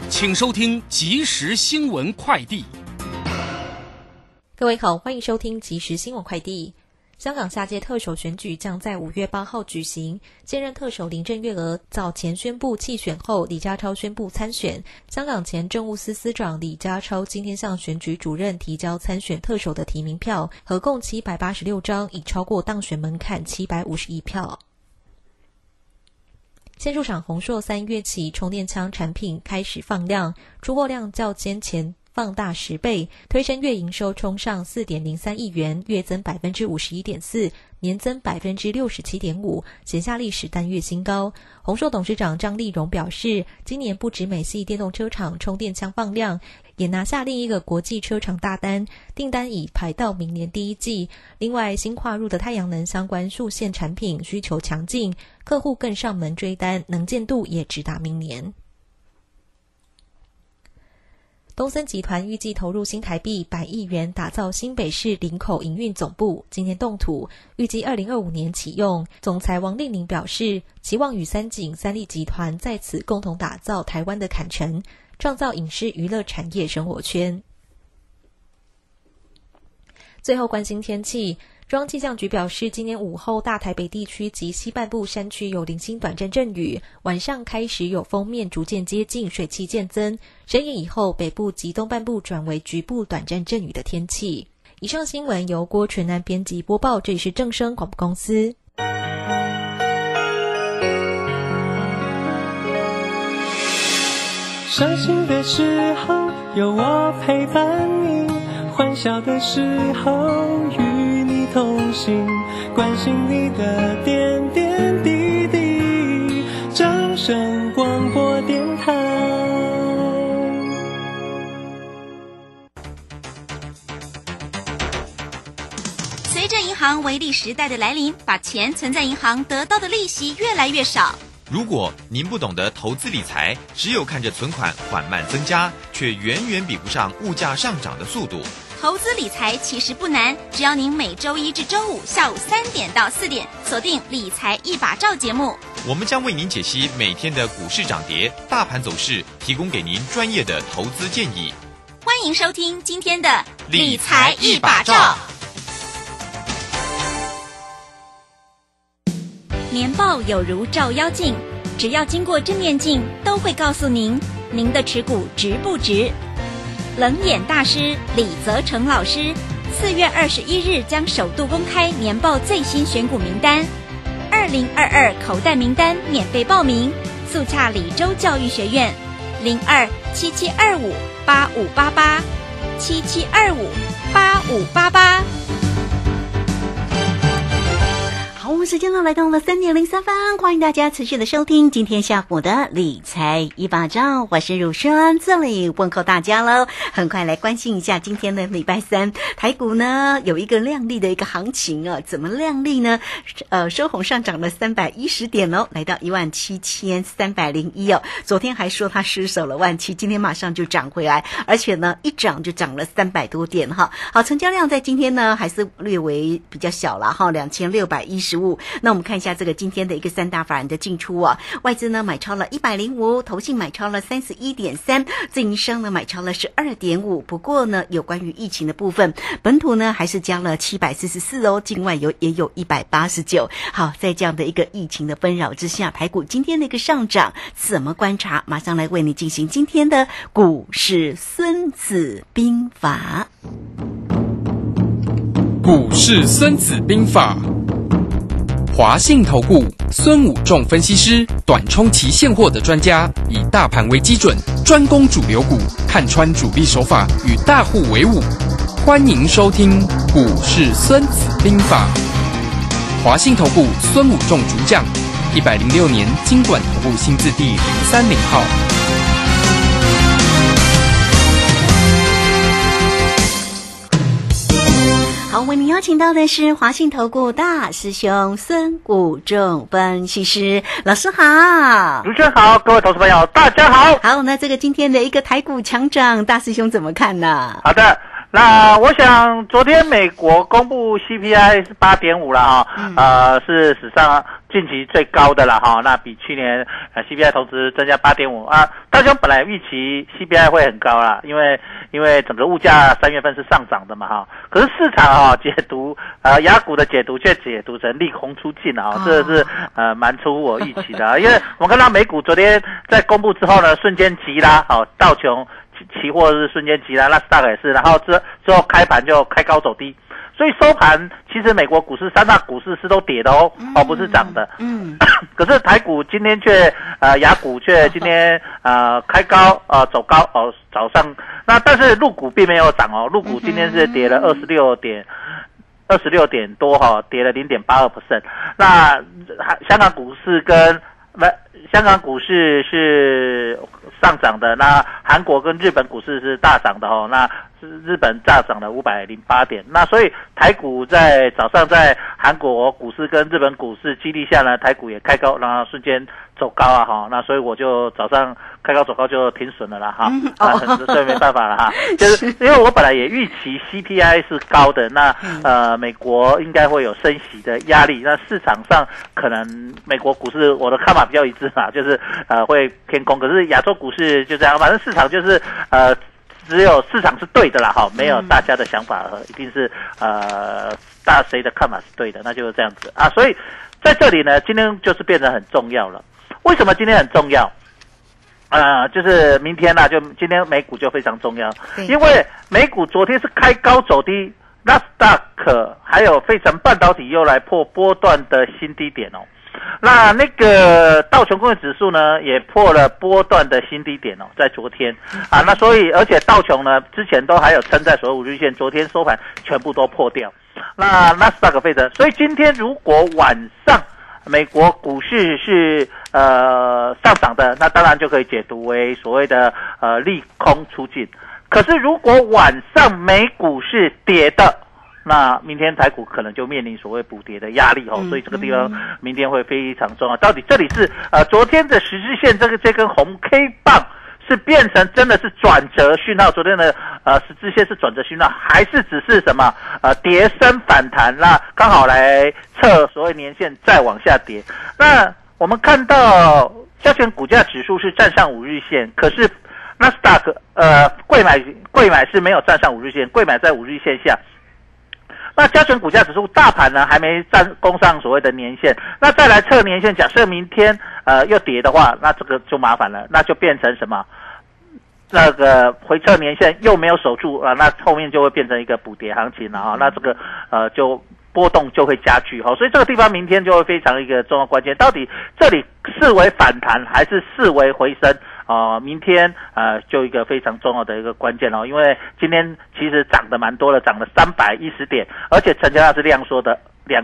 请收听即时新闻快递。 各位好，欢迎收听即时新闻快递。香港下届特首选举将在5月8号举行，现任特首林郑月娥早前宣布弃选后，李家超宣布参选。香港前政务司司长李家超今天向选举主任提交参选特首的提名票，合共786张，已超过当选门槛751票。限数场宏硕3月起充电枪产品开始放量，出货量较先前放大10倍，推升月营收冲上 4.03 亿元，月增 51.4%， 年增 67.5%， 写下历史单月新高。宏硕董事长张立荣表示，今年不止美系电动车厂充电枪放量，也拿下另一个国际车厂大单，订单已排到明年第一季。另外，新跨入的太阳能相关数线产品需求强劲，客户更上门追单，能见度也直达明年。东森集团预计投入新台币100亿元打造新北市林口营运总部，今年动土，预计2025年启用。总裁王令麟表示，期望与三井、三立集团在此共同打造台湾的坎城，创造影视娱乐产业生活圈。最后关心天气，中央气象局表示，今年午后大台北地区及西半部山区有零星短暂阵雨，晚上开始有锋面逐渐接近，水汽渐增，深夜以后北部及东半部转为局部短暂阵雨的天气。以上新闻由郭纯南编辑播报，这里是正声广播公司。 伤心的时候有我陪伴你，欢笑的时候与你同行，关心你的点点滴滴。正声广播电台。 随着银行微利时代的来临，把钱存在银行得到的利息越来越少。 如果您不懂得投资理财，只有看着存款缓慢增加，却远远比不上物价上涨的速度。 投资理财其实不难，只要您每周一至周五下午3点到4点锁定理财一把照节目， 我们将为您解析每天的股市涨跌、大盘走势，提供给您专业的投资建议。 欢迎收听今天的理财一把照。年报有如照妖镜，只要经过正念镜，都会告诉您的持股值不值。冷眼大师李泽成老师4月21日将首度公开年报最新选股名单，2022口袋名单免费报名，速洽李州教育学院02-7725-8588，7725-8588。 好，我们时间呢来到了3点03分，欢迎大家持续的收听今天下午的理财一把照，我是汝轩，这里问候大家喽。很快来关心一下今天的礼拜三，台股呢有一个亮丽的一个行情啊，怎么亮丽呢？收红上涨了310点哦，来到17301哦。昨天还说它失守了17000，今天马上就涨回来，而且呢一涨就涨了300多点哈。好，成交量在今天呢还是略微比较小了哈，2615。那我们看一下这个今天的一个三大法人的进出啊，外资呢买超了105，投信买超了31.3，自营商呢买超了12.5。不过呢，有关于疫情的部分，本土呢还是加了744哦，境外也有189。好，在这样的一个疫情的纷扰之下，台股今天的一个上涨怎么观察？马上来为你进行今天的股市孙子兵法。 股市孙子兵法。华信投顾孙武仲分析师，短冲期现货的专家，以大盘为基准，专攻主流股，看穿主力手法，与大户为伍。欢迎收听股市孙子兵法。华信投顾孙武仲主讲，106年金管投顾新字第030号。 好，为您邀请到的是华信投顾大师兄孙武仲分析师老师好。 主持人好，各位投资朋友大家好。 好，那这个今天的一个台股强涨，大师兄怎么看呢？ 好的， 那我想昨天美国公布 CPI 是 8.5 了哈，是史上近期最高的了哈。那比去年CPI 同时增加 8.5 啊，大家本来预期 CPI 会很高啦，因为整个物价3月份是上涨的嘛哈。可是市场解读雅股的解读却解读成利空出尽啊，这是蛮出乎我预期的，因为我们看到美股昨天在公布之后呢，瞬间急拉，道琼期货是瞬间急拉，纳斯达克也是，然后之后开盘就开高走低，所以收盘其实美国股市3大股市是都跌的不是涨的。可是台股今天却雅股却今天开高走高早上，那但是陆股并没有涨陆股今天是跌了26点多跌了 0.82%。那香港股市香港股市是上涨的，那韩国跟日本股市是大涨的那日本大涨了508点，那所以台股在早上在韩国股市跟日本股市激励下呢，台股也开高，然后瞬间走高那所以我就早上开高走高就停损了啦所以没办法了就是因为我本来也预期 CPI 是高的，那美国应该会有升息的压力，那市场上可能美国股市我的看法比较一致嘛，就是会偏空，可是亚洲股市就这样，反正市场就是只有市场是对的啦没有大家的想法一定是谁的看法是对的，那就是这样子所以在这里呢，今天就是变得很重要了。为什么今天很重要？就是明天就今天美股就非常重要，因为美股昨天是开高走低，纳斯达克还有费城半导体又来破波段的新低点那个道琼工业指数呢也破了波段的新低点在昨天那所以而且道琼呢之前都还有撑在所谓5日线，昨天收盘全部都破掉。那纳斯达克费城，所以今天如果晚上美国股市是上涨的，那当然就可以解读为所谓的利空出尽。可是如果晚上美股是跌的，那明天台股可能就面临所谓补跌的压力所以这个地方明天会非常重要。到底这里是昨天的十日线这根红 K 棒是变成真的是转折讯号，昨天的十字线是转折讯号，还是只是什么跌升反弹，那刚好来测所谓年线再往下跌。那我们看到加权股价指数是站上5日线，可是纳斯达克贵买是没有站上5日线，贵买在5日线下。那加权股价指数大盘呢还没攻上所谓的年线，那再来测年线，假设明天又跌的话，那这个就麻烦了，那就变成什么？那个回测年线又没有守住那后面就会变成一个补跌行情了那这个就波动就会加剧所以这个地方明天就会非常一个重要关键，到底这里视为反弹还是视为回升明天就一个非常重要的一个关键因为今天其实涨得蛮多的，涨了310点，而且成交量是量缩的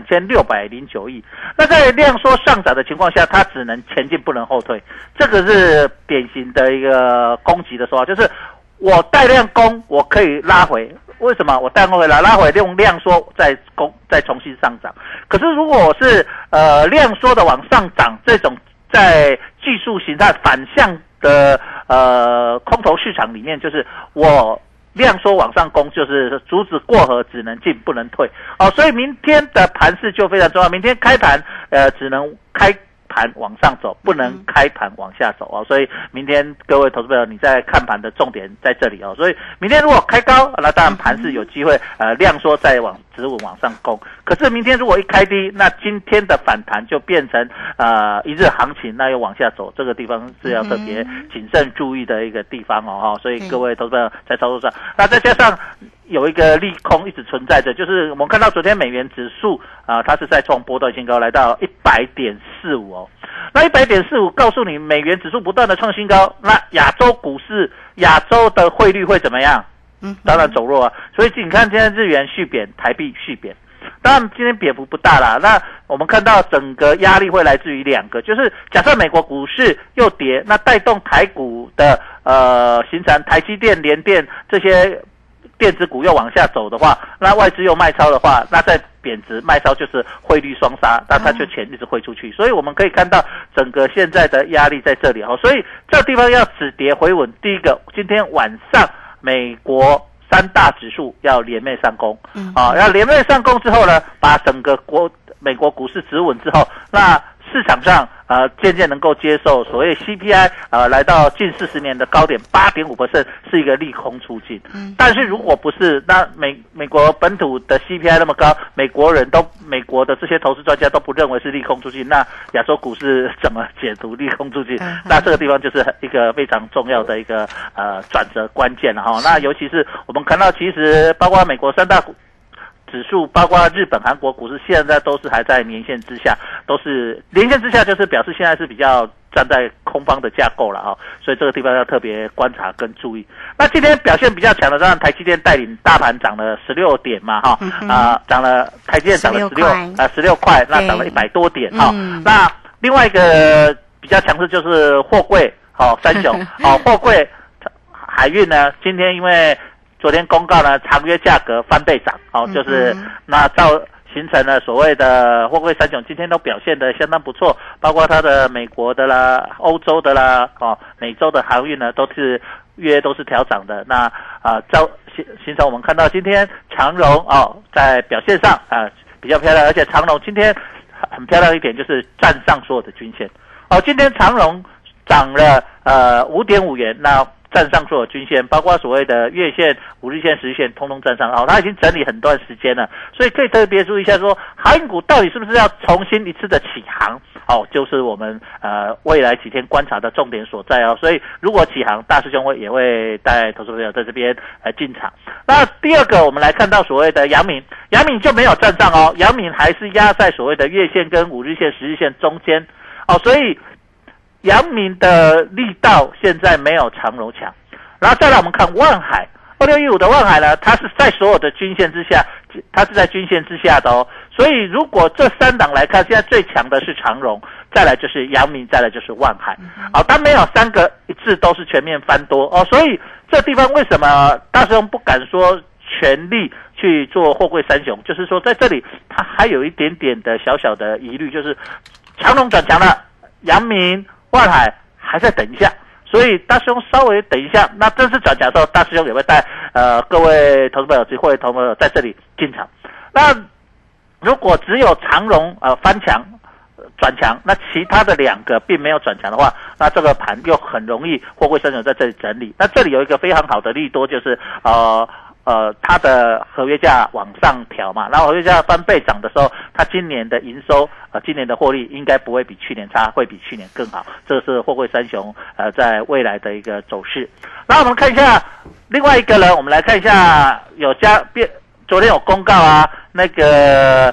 2609亿。那在量缩上涨的情况下，它只能前进不能后退，这个是典型的一个攻击的说法，就是我带量攻我可以拉回，为什么我带量回来拉回用量缩再重新上涨？可是如果我是量缩的往上涨，这种在技术形态反向的空头市场里面，就是我量缩往上攻，就是竹子过河只能进不能退所以明天的盘势就非常重要，明天开盘只能开盘往上走，不能开盘往下走所以明天各位投资朋友你在看盘的重点在这里所以明天如果开高，那当然盘势有机会量缩再止稳往上攻。可是明天如果一开低，那今天的反弹就变成一日行情，那又往下走，这个地方是要特别谨慎注意的一个地方所以各位投资朋友在操作上，那再加上有一个利空一直存在着，就是我们看到昨天美元指数它是在创波段新高，来到 100.45那 100.45 告诉你美元指数不断的创新高，那亚洲股市亚洲的汇率会怎么样？当然走弱所以你看现在日元续贬，台币续贬，当然今天贬幅不大啦。那我们看到整个压力会来自于2个，就是假设美国股市又跌，那带动台股的形成台积电、联电这些电子股又往下走的话，那外资又卖超的话，那在贬值卖超就是汇率双杀，那它就钱一直汇出去，所以我们可以看到整个现在的压力在这里所以这个地方要止跌回稳。第一个，今天晚上美国三大指数要连袂上攻，要连袂上攻之后呢，把整个美国股市止稳之后，那市场上渐渐能够接受所谓 CPI 来到近40年的高点 8.5% 是一个利空出尽。但是如果不是，那美国本土的 CPI 那么高，美国的这些投资专家都不认为是利空出尽，那亚洲股市怎么解读利空出尽？那这个地方就是一个非常重要的一个转折关键了哈。那尤其是我们看到，其实包括美国三大指数，包括日本、韩国股市，现在都是还在年线之下，都是年线之下，就是表示现在是比较站在空方的架构了哈，所以这个地方要特别观察跟注意。那今天表现比较强的，当然台积电带领大盘涨了16点嘛哈，涨了台积电涨了16块，那涨了100多点哈。那另外一个比较强势就是货柜三雄货柜海运呢，今天因为昨天公告呢，长约价格翻倍涨，就是那形成了所谓的货柜三雄，今天都表现得相当不错，包括它的美国的啦、欧洲的啦、美洲的航运呢，都是调涨的。那形成我们看到今天长荣在表现上比较漂亮，而且长荣今天很漂亮一点，就是站上所有的均线。今天长荣涨了5.5元，那站上所有均线，包括所谓的月线、5日线、10日线，通通站上。它已经整理很段时间了，所以可以特别注意一下说，航运股到底是不是要重新一次的起航？就是我们未来几天观察的重点所在哦。所以如果起航，大师兄也会带投资朋友在这边进场。那第二个，我们来看到所谓的阳明就没有站上哦，阳明还是压在所谓的月线跟5日线、10日线中间所以阳明的力道现在没有长荣强，然后再来我们看万海2615的万海呢，它是在所有的均线之下，它是在均线之下的哦。所以如果这三档来看，现在最强的是长荣，再来就是阳明，再来就是万海。但没有三个一致都是全面翻多所以这地方为什么大师兄不敢说全力去做货柜三雄？就是说在这里它还有一点点的小小的疑虑，就是长荣转强了，阳明、万海还在等一下，所以大师兄稍微等一下，那正式转强的时候，大师兄也会带各位投资朋友、机会投资朋友在这里进场。那如果只有长荣翻强转强，那其他的两个并没有转强的话，那这个盘又很容易货柜三雄在这里整理。那这里有一个非常好的利多，就是它的合约价往上调嘛，然后合约价翻倍涨的时候，它今年的营收今年的获利应该不会比去年差，会比去年更好。这是货柜三雄在未来的一个走势。那我们看一下另外一个呢，我们来看一下昨天有公告那个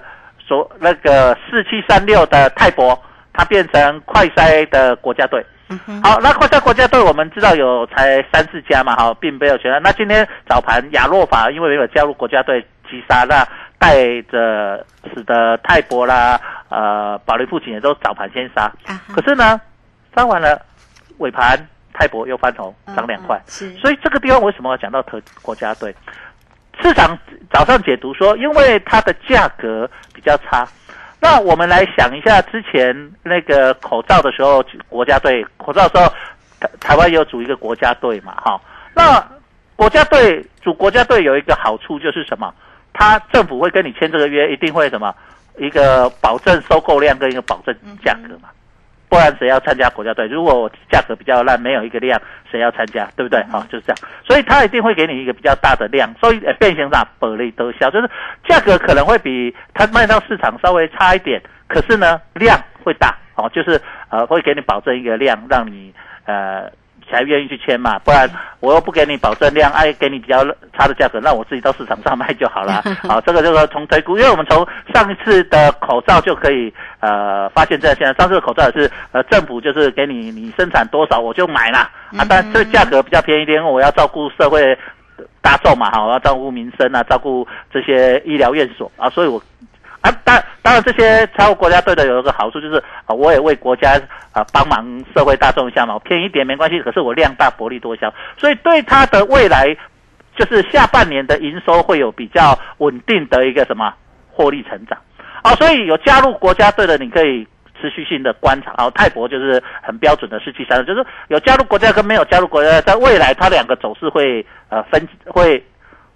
4736的泰博，它变成快筛的国家队。好，那快筛国家队我们知道有才3-4家嘛，并没有全。那今天早盘亚诺法因为没有加入国家队击杀，那带着使得泰博啦、宝利富锦也都早盘先杀。可是呢，杀完了尾盘泰博又翻红，涨2块。所以这个地方为什么要讲到国家队？市场早上解读说，因为它的价格比较差。那我们来想一下，之前那个口罩的时候，国家队口罩的时候，台湾也有组一个国家队嘛，那国家队组国家队有一个好处就是什么？他政府会跟你签这个约，一定会什么？一个保证收购量跟一个保证价格嘛。不然谁要参加国家队？如果我价格比较烂，没有一个量，谁要参加？对不对？就是这样。所以他一定会给你一个比较大的量，所以变形上薄利多销，就是价格可能会比他卖到市场稍微差一点，可是呢量会大就是会给你保证一个量，让你才愿意去签嘛，不然我又不给你保证量，给你比较差的价格，那我自己到市场上卖就好了。这个就是从推估，因为我们从上一次的口罩就可以发现现在上次的口罩也是政府就是给你生产多少我就买啦但这价格比较便宜一点，因为我要照顾社会大众嘛我要照顾民生照顾这些医疗院所所以我当然这些财务国家队的有一个好处就是我也为国家帮忙社会大众一下嘛，便宜一点没关系，可是我量大薄利多销，所以对它的未来就是下半年的营收会有比较稳定的一个什么获利成长所以有加入国家队的你可以持续性的观察泰博就是很标准的4736，就是有加入国家跟没有加入国家，在未来它两个走势会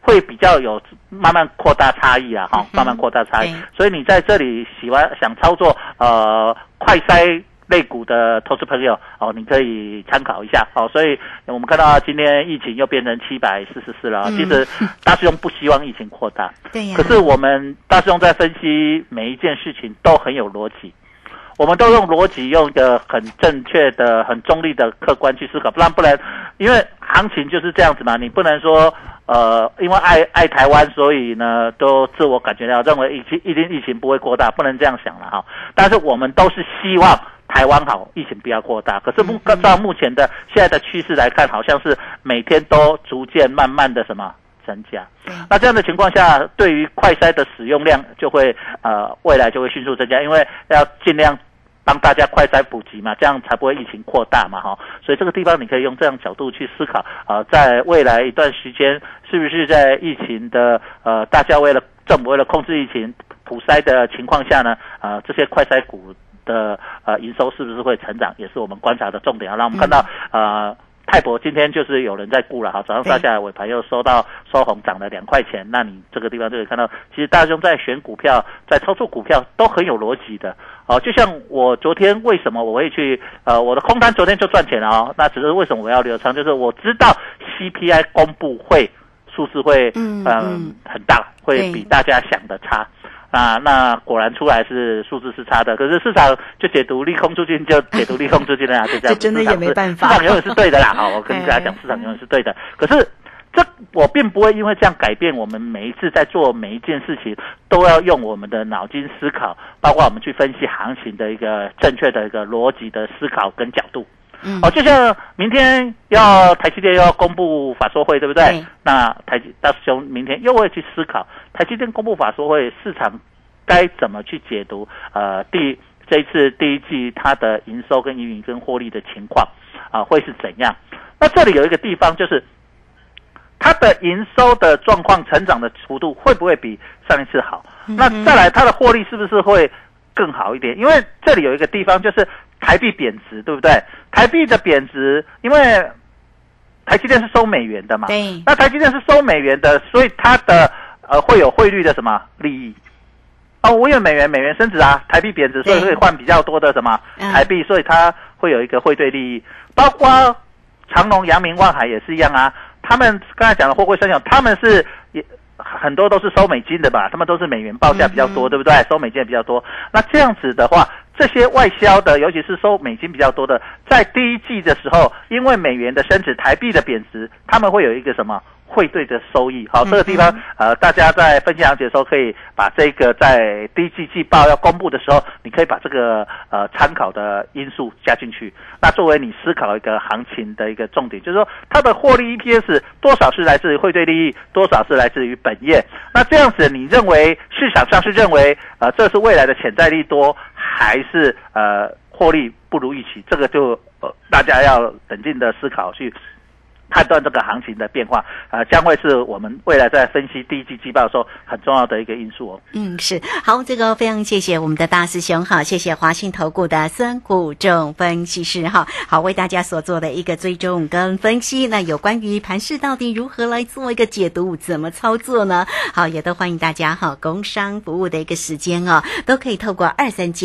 会比较有慢慢扩大差异啊，慢慢扩大差异。所以你在这里想操作快筛类股的投资朋友你可以参考一下所以我们看到今天疫情又变成744了其实大师兄不希望疫情扩大，对可是我们大师兄在分析每一件事情都很有逻辑，我们都用逻辑，用一个很正确的、很中立的客观去思考，不然，因为行情就是这样子嘛，你不能说因为爱台湾，所以呢都自我感觉到认为疫情不会扩大，不能这样想了但是我们都是希望台湾好，疫情不要扩大。可是照目前的现在的趋势来看，好像是每天都逐渐慢慢的增加。那这样的情况下，对于快筛的使用量就会未来就会迅速增加，因为要尽量帮大家快筛普及嘛，这样才不会疫情扩大嘛所以这个地方你可以用这样角度去思考在未来一段时间是不是在疫情的大家政府为了控制疫情普筛的情况下呢这些快筛股的营收是不是会成长，也是我们观察的重点让我们看到泰博今天就是有人在顾了早上杀下来，尾盘又收红涨了2块钱，那你这个地方就可以看到，其实大家在选股票、在操作股票都很有逻辑的就像我昨天为什么我会去我的空单昨天就赚钱了那只是为什么我要留仓，就是我知道 CPI 公布数字会很大，会比大家想的差。那果然出来是数字是差的，可是市场就解读利空出尽就解读利空出尽了就这样，这真的也没办法， 市场永远是对的啦我跟大家讲市场永远是对的，可是这我并不会因为这样改变我们每一次在做每一件事情都要用我们的脑筋思考，包括我们去分析行情的一个正确的一个逻辑的思考跟角度就像明天台积电要公布法说会对不对那大师兄明天又会去思考台积电公布法说会市场该怎么去解读这一次第一季它的营收跟营运跟获利的情况会是怎样。那这里有一个地方就是它的营收的状况成长的幅度会不会比上一次好那再来它的获利是不是会更好一点，因为这里有一个地方就是台币贬值对不对，台币的贬值因为台积电是收美元的嘛，对，那台积电是收美元的，所以它的会有汇率的什么利益我有美元升值台币贬值，所以会换比较多的什么台币所以它会有一个汇兑利益，包括长荣、阳明、万海也是一样他们刚才讲的货柜三雄，他们是很多都是收美金的吧，他们都是美元报价比较多对不对，收美金也比较多，那这样子的话这些外销的尤其是收美金比较多的，在第一季的时候因为美元的升值台币的贬值，他们会有一个什么汇兑的收益这个地方大家在分析行情的时候可以把这个在第一季季报要公布的时候，你可以把这个参考的因素加进去，那作为你思考一个行情的一个重点，就是说它的获利 EPS 多少是来自于汇兑利益，多少是来自于本业，那这样子你认为市场上是认为这是未来的潜在利多，还是获利不如预期，这个就大家要冷静的思考去判断这个行情的变化将会是我们未来在分析第一季季报的时候很重要的一个因素是好，这个非常谢谢我们的大师兄谢谢华信投顾的孙谷仲分析师好为大家所做的一个追踪跟分析，那有关于盘势到底如何来做一个解读，怎么操作呢？好，也都欢迎大家工商服务的一个时间都可以透过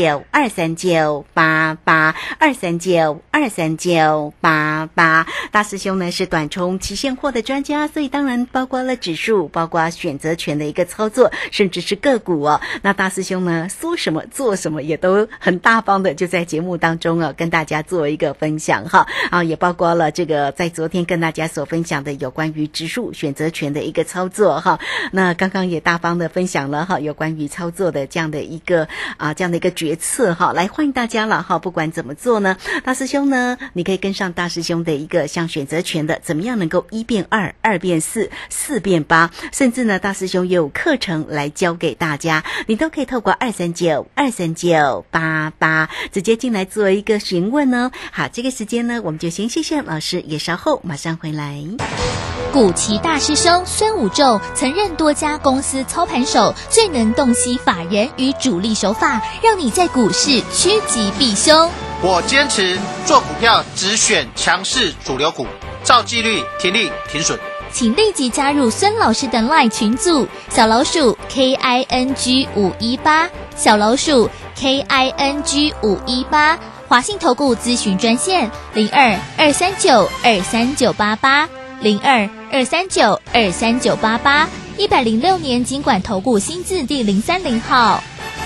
23923923988大师兄呢是短冲期现货的专家，所以当然包括了指数，包括选择权的一个操作，甚至是个股那大师兄呢说什么做什么也都很大方的就在节目当中跟大家做一个分享也包括了这个在昨天跟大家所分享的有关于指数选择权的一个操作那刚刚也大方的分享了有关于操作的这样的一个决策来欢迎大家了不管怎么做呢，大师兄呢你可以跟上大师兄的一个像选择权的怎么样能够1变2， 2变4， 4变8，甚至呢大师兄也有课程来教给大家，你都可以透过239239888直接进来做一个询问好，这个时间呢我们就先谢谢老师，也稍后马上回来。 股期大师兄孙武仲曾任多家公司操盘手，最能洞悉法人与主力手法，让你在股市趋吉避凶。 我坚持做股票只选强势主流股，照纪律停利停损， 请立即加入孙老师的 LINE 群组，小老鼠 KING518，小老鼠 KING518，华信投顾咨询专线02-239-23988，02-239-23988，106年金管投顾新字第030号。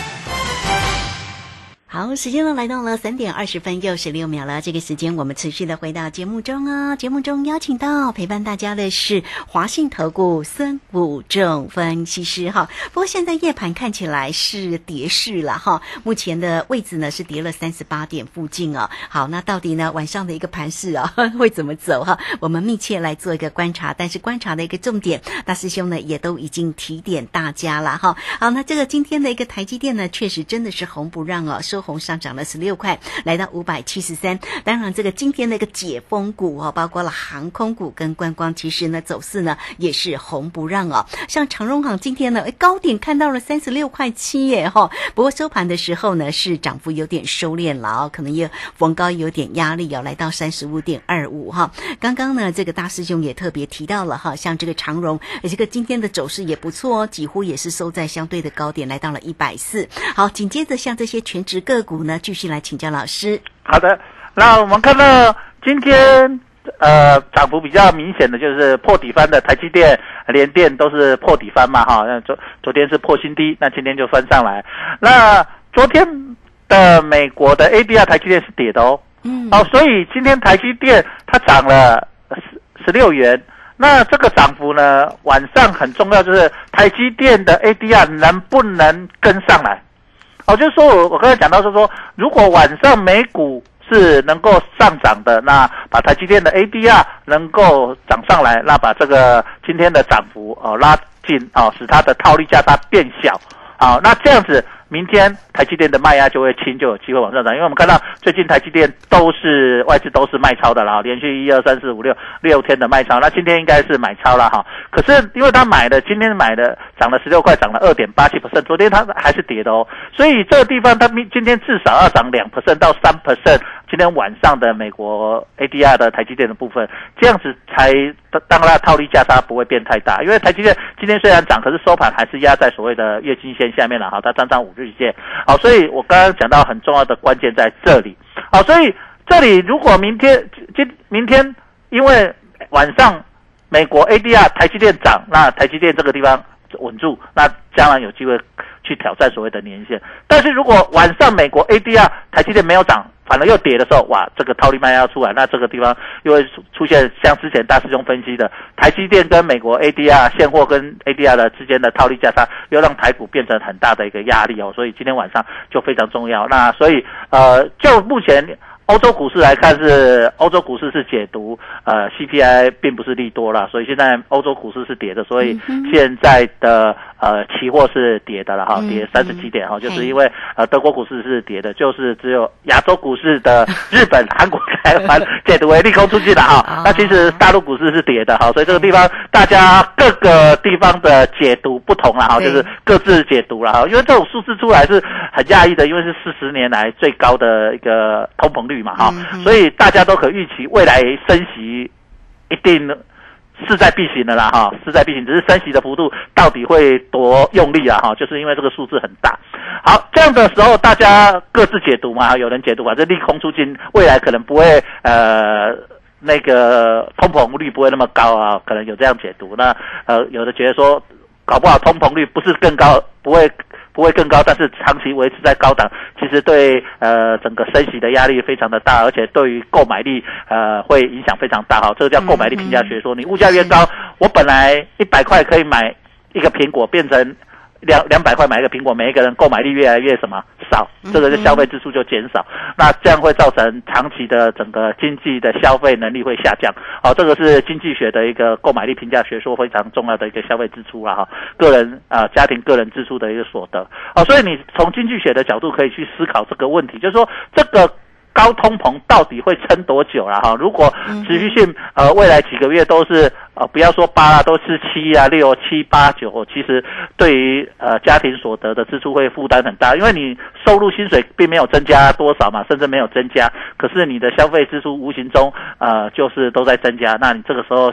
好，时间呢来到了3点20分又16秒了。这个时间我们持续的回到节目中哦。节目中邀请到陪伴大家的是华信投顾孙武仲分析师哈。不过现在夜盘看起来是跌势了哈，目前的位置呢是跌了38点附近哦。好，那到底呢晚上的一个盘势啊会怎么走哈？我们密切来做一个观察，但是观察的一个重点，大师兄呢也都已经提点大家了哈。好，那这个今天的一个台积电呢，确实真的是红不让哦，收红上涨了16块，来到573。当然这个今天的一个解封股哦，包括了航空股跟观光，其实呢走势呢也是红不让哦。像长荣航今天呢高点看到了36块7耶哈，不过收盘的时候呢是涨幅有点收敛了哦，可能也逢高有点压力哦，来到35.25哈。刚刚呢这个大师兄也特别提到了哈，像这个长荣这个今天的走势也不错哦，几乎也是收在相对的高点，来到了140。好，紧接着像这些全职个股呢继续来请教老师。 好的，那我们看到今天涨幅比较明显的就是破底翻的台积电、联电都是破底翻嘛哈，那昨天是破新低，那今天就翻上来。那昨天的美国的 ADR 台积电是跌的哦，所以今天台积电它涨了16元。那这个涨幅呢，晚上很重要，就是台积电的 ADR 能不能跟上来？就是说我刚才讲到说，如果晚上美股是能够上涨的，那把台积电的 ADR 能够涨上来，那把这个今天的涨幅拉近使它的套利价差变小。好，那这样子明天台积电的卖压就会轻，就有机会往上涨。因为我们看到最近台积电外资都是卖超的啦，连续1、2、3、4、5、6天的卖超，那今天应该是买超了哈。可是因为他今天买的涨了16块，涨了 2.87%， 昨天他还是跌的哦。所以这个地方他今天至少要涨2% 到3%，今天晚上的美国 ADR 的台积电的部分，这样子才当它的套利价差不会变太大。因为台积电今天虽然涨，可是收盘还是压在所谓的月均线下面了哈，它站上5日线。好，所以我刚刚讲到很重要的关键在这里。好，所以这里如果明天因为晚上美国 ADR 台积电涨，那台积电这个地方稳住，那将来有机会去挑战所谓的年线。但是如果晚上美国 ADR 台积电没有涨，反而又跌的时候，哇，这个套利卖压出来，那这个地方又会出现像之前大师兄分析的台积电跟美国 ADR 现货跟 ADR 的之间的套利价差，又让台股变成很大的一个压力哦，所以今天晚上就非常重要。那所以就目前欧洲股市来看，欧洲股市是解读CPI 并不是利多啦，所以现在欧洲股市是跌的，所以现在的期货是跌的了哈，跌30几点哈，就是因为德国股市是跌的，就是只有亚洲股市的日本、韩国、台湾解读为利空出尽了哈。那其实大陆股市是跌的哈，所以这个地方大家各个地方的解读不同了哈，就是各自解读了哈。因为这种数字出来是很讶异的，因为是40年来最高的一个通膨率嘛哈，所以大家都可预期未来升息一定势在必行的啦哈，势在必行，只是升息的幅度到底会多用力啊哈，就是因为这个数字很大。好，这样的时候大家各自解读嘛，有人解读这利空出尽，未来可能不会那个通膨率不会那么高啊，可能有这样解读。那有的觉得说搞不好通膨率不是更高，不会更高，但是长期维持在高档，其实对整个升息的压力非常的大，而且对于购买力会影响非常大哈。这个叫购买力评价学说，你物价越高，我本来100块可以买一个苹果，变成200块买一个苹果，每一个人购买力越来越少，这个消费支出就减少，那这样会造成长期的整个经济的消费能力会下降。好，这个是经济学的一个购买力评价学说非常重要的一个消费支出啦哈，个人家庭个人支出的一个所得。所以你从经济学的角度可以去思考这个问题，就是说这个高通膨到底会撑多久啦哈？如果持续性未来几个月都是不要说8啦，都是7啊、6、7、8、9，其实对于家庭所得的支出会负担很大，因为你收入薪水并没有增加多少嘛，甚至没有增加，可是你的消费支出无形中就是都在增加，那你这个时候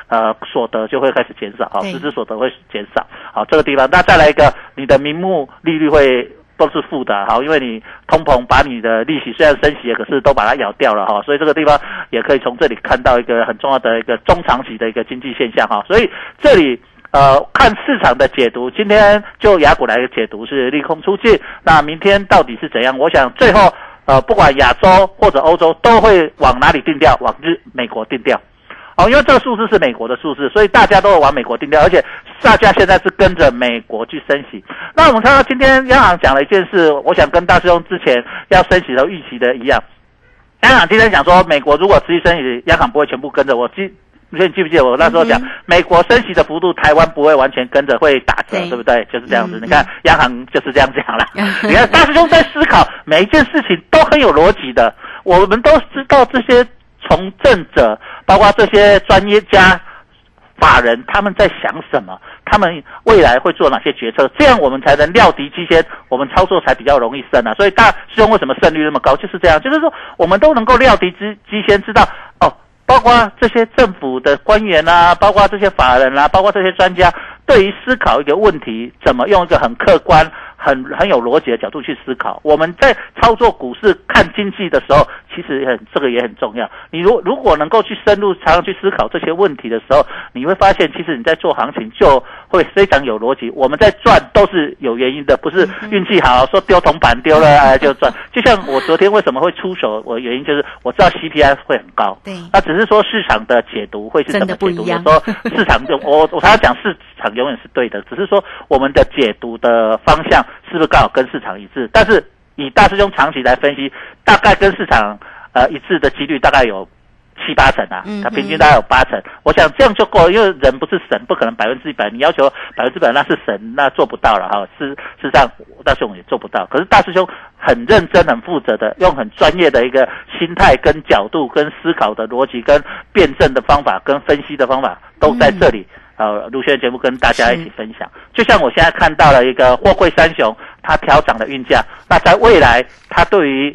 所得就会开始减少，实质所得会减少。好，这个地方，那再来一个，你的名目利率会都是负的，好，因为你通膨把你的利息虽然升息，可是都把它咬掉了哈，所以这个地方也可以从这里看到一个很重要的一个中长期的一个经济现象哈，所以这里看市场的解读，今天就亚股来解读是利空出尽，那明天到底是怎样？我想最后不管亚洲或者欧洲都会往哪里定调？往美国定调。因为这个数字是美国的数字，所以大家都会往美国定调，而且大家现在是跟着美国去升息。那我们看到今天央行讲了一件事，我想跟大师兄之前要升息的预期的一样。央行今天讲说，美国如果持续升息，央行不会全部跟着。你记不记得我那时候讲，美国升息的幅度，台湾不会完全跟着，会打折，对不对？就是这样子。你看央行就是这样讲了。你看大师兄在思考每一件事情都很有逻辑的，我们都知道这些从政者，包括这些专业家、法人，他们在想什么？他们未来会做哪些决策？这样我们才能料敌机先，我们操作才比较容易胜啊！所以大师兄为什么胜率那么高？就是这样，就是说我们都能够料敌机先，知道包括这些政府的官员啊，包括这些法人啊，包括这些专家，对于思考一个问题，怎么用一个很客观、很有逻辑的角度去思考。我们在操作股市、看经济的时候，其实这个也很重要。你如果能够去深入、常常去思考这些问题的时候，你会发现，其实你在做行情就会非常有逻辑。我们在赚都是有原因的，不是运气好说丢铜板丢了就赚。就像我昨天为什么会出手，我原因就是我知道 CPI 会很高，对，那只是说市场的解读会是怎么解读？有时候市场就我常常讲市场永远是对的，只是说我们的解读的方向是不是刚好跟市场一致？但是以大师兄长期来分析，大概跟市场一致的几率大概有7-8成啊，它平均大概有8成。我想这样就够了，因为人不是神，不可能100%，你要求100%那是神，那做不到了哈。事实上大师兄也做不到，可是大师兄很认真、很负责的，用很专业的一个心态、跟角度、跟思考的逻辑、跟辩证的方法、跟分析的方法，都在这里。卢轩的节目跟大家一起分享。就像我现在看到了一个货柜三雄，它调涨的运价，那在未来它对于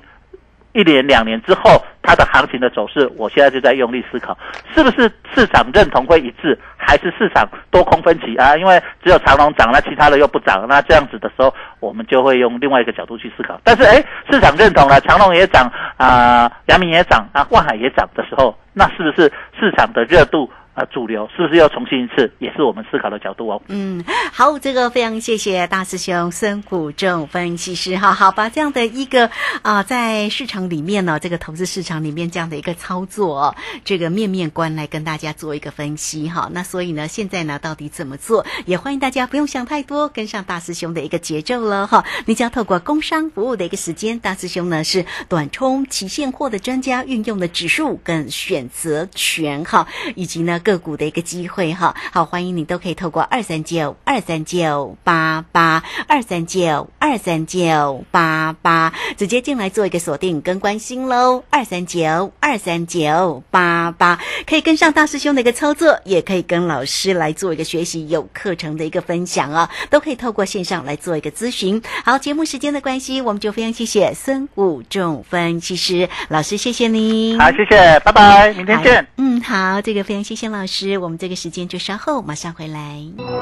1年2年之后它的行情的走势，我现在就在用力思考，是不是市场认同会一致，还是市场多空分歧啊？因为只有长荣涨，那其他的又不涨，那这样子的时候，我们就会用另外一个角度去思考。但是市场认同了，长荣也涨阳明也涨万海也涨的时候，那是不是市场的热度主流是不是要重新一次，也是我们思考的角度哦。 好，这个非常谢谢大师兄孙谷仲分析师哈，好把这样的一个在市场里面呢，这个投资市场里面这样的一个操作这个面观来跟大家做一个分析哈。那所以呢，现在呢到底怎么做，也欢迎大家不用想太多，跟上大师兄的一个节奏了哈。你只要透过工商服务的一个时间，大师兄呢是短冲期现货的专家，运用的指数跟选择权哈，以及呢个股的一个机会哈。好，欢迎你都可以透过239-239-88直接进来做一个锁定跟关心咯。239-239-88可以跟上大师兄的一个操作，也可以跟老师来做一个学习，有课程的一个分享都可以透过线上来做一个咨询。好，节目时间的关系，我们就非常谢谢孙谷仲分析师老师，谢谢您。 好，谢谢，拜拜，明天见。 好，这个非常谢谢老师，我们这个时间就稍后马上回来。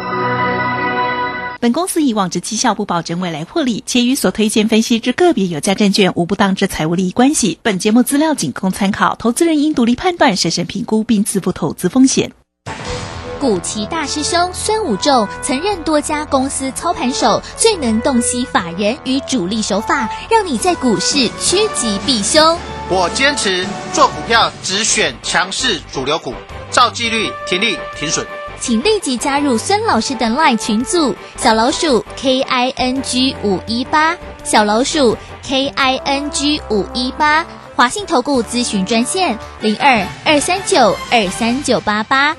本公司以往之绩效不保证未来获利，且与所推荐分析之个别有价证券无不当之财务利益关系。本节目资料仅供参考，投资人应独立判断、审慎评估并自负投资风险。 股期大师兄孙武仲曾任多家公司操盘手，最能洞悉法人与主力手法，让你在股市趋吉避凶。 我坚持做股票只选强势主流股，照纪律停利停损。 请立即加入孙老师的 LINE 群组，小老鼠 KING518， 小老鼠 KING518， 华信投顾咨询专线02-239-23988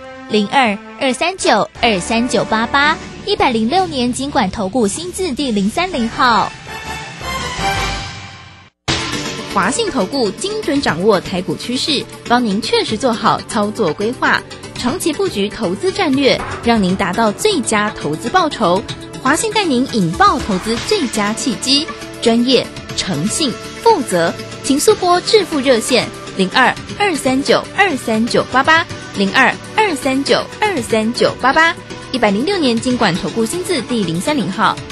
02-239-23988， 106年金管投顾新字第030号。 华信投顾精准掌握台股趋势，帮您确实做好操作规划，长期布局投资战略，让您达到最佳投资报酬。华信带您引爆投资最佳契机，专业、诚信、负责，请速拨致富热线02-239-23988 02-239-23988，106年金管投顾新字第030号。